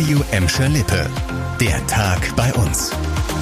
Radio Emscher Lippe. Der Tag bei uns.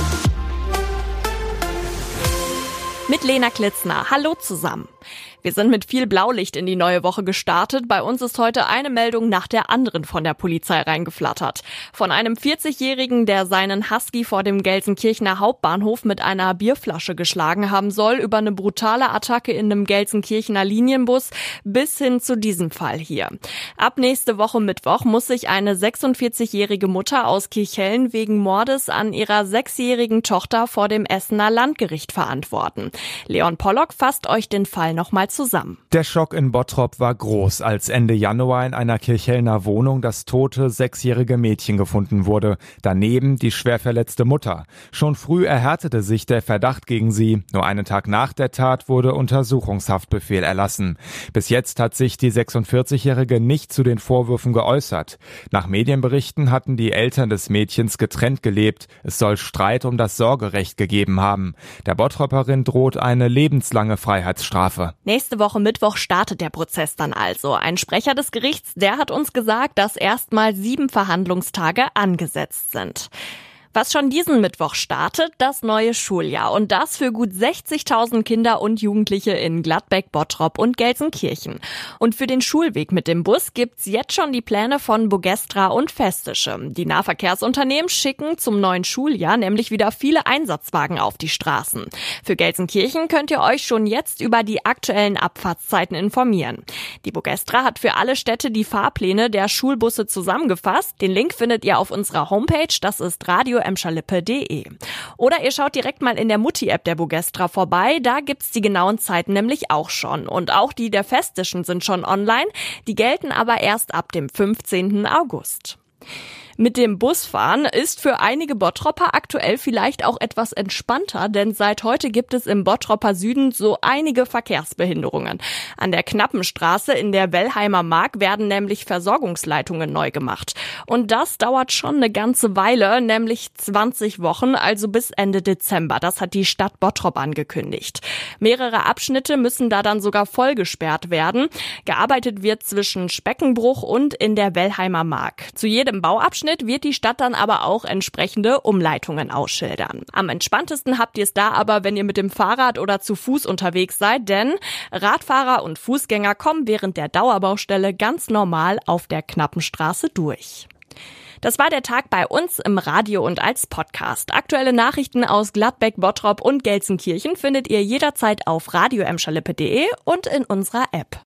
Mit Lena Klitzner. Hallo zusammen. Wir sind mit viel Blaulicht in die neue Woche gestartet. Bei uns ist heute eine Meldung nach der anderen von der Polizei reingeflattert. Von einem 40-Jährigen, der seinen Husky vor dem Gelsenkirchener Hauptbahnhof mit einer Bierflasche geschlagen haben soll, über eine brutale Attacke in einem Gelsenkirchener Linienbus bis hin zu diesem Fall hier. Ab nächste Woche Mittwoch muss sich eine 46-jährige Mutter aus Kirchhellen wegen Mordes an ihrer 6-jährigen Tochter vor dem Essener Landgericht verantworten. Leon Pollock fasst euch den Fall nochmal zusammen. Der Schock in Bottrop war groß, als Ende Januar in einer Kirchhellner Wohnung das tote 6-jährige Mädchen gefunden wurde. Daneben die schwer verletzte Mutter. Schon früh erhärtete sich der Verdacht gegen sie. Nur einen Tag nach der Tat wurde Untersuchungshaftbefehl erlassen. Bis jetzt hat sich die 46-jährige nicht zu den Vorwürfen geäußert. Nach Medienberichten hatten die Eltern des Mädchens getrennt gelebt. Es soll Streit um das Sorgerecht gegeben haben. Der Bottroperin droht eine lebenslange Freiheitsstrafe. Nächste Woche Mittwoch startet der Prozess dann also. Ein Sprecher des Gerichts, der hat uns gesagt, dass erstmal 7 Verhandlungstage angesetzt sind. Was schon diesen Mittwoch startet, das neue Schuljahr. Und das für gut 60.000 Kinder und Jugendliche in Gladbeck, Bottrop und Gelsenkirchen. Und für den Schulweg mit dem Bus gibt's jetzt schon die Pläne von Bogestra und Festische. Die Nahverkehrsunternehmen schicken zum neuen Schuljahr nämlich wieder viele Einsatzwagen auf die Straßen. Für Gelsenkirchen könnt ihr euch schon jetzt über die aktuellen Abfahrtszeiten informieren. Die Bogestra hat für alle Städte die Fahrpläne der Schulbusse zusammengefasst. Den Link findet ihr auf unserer Homepage, das ist radioemscherlippe.de. Oder ihr schaut direkt mal in der Mutti-App der Bogestra vorbei, da gibt's die genauen Zeiten nämlich auch schon. Und auch die der Festischen sind schon online, die gelten aber erst ab dem 15. August. Mit dem Busfahren ist für einige Bottropper aktuell vielleicht auch etwas entspannter, denn seit heute gibt es im Bottropper Süden so einige Verkehrsbehinderungen. An der Knappenstraße in der Wellheimer Mark werden nämlich Versorgungsleitungen neu gemacht. Und das dauert schon eine ganze Weile, nämlich 20 Wochen, also bis Ende Dezember. Das hat die Stadt Bottrop angekündigt. Mehrere Abschnitte müssen da dann sogar voll gesperrt werden. Gearbeitet wird zwischen Speckenbruch und in der Wellheimer Mark. Zu jedem Bauabschnitt wird die Stadt dann aber auch entsprechende Umleitungen ausschildern. Am entspanntesten habt ihr es da aber, wenn ihr mit dem Fahrrad oder zu Fuß unterwegs seid, denn Radfahrer und Fußgänger kommen während der Dauerbaustelle ganz normal auf der Knappenstraße durch. Das war der Tag bei uns im Radio und als Podcast. Aktuelle Nachrichten aus Gladbeck, Bottrop und Gelsenkirchen findet ihr jederzeit auf radioemscherlippe.de und in unserer App.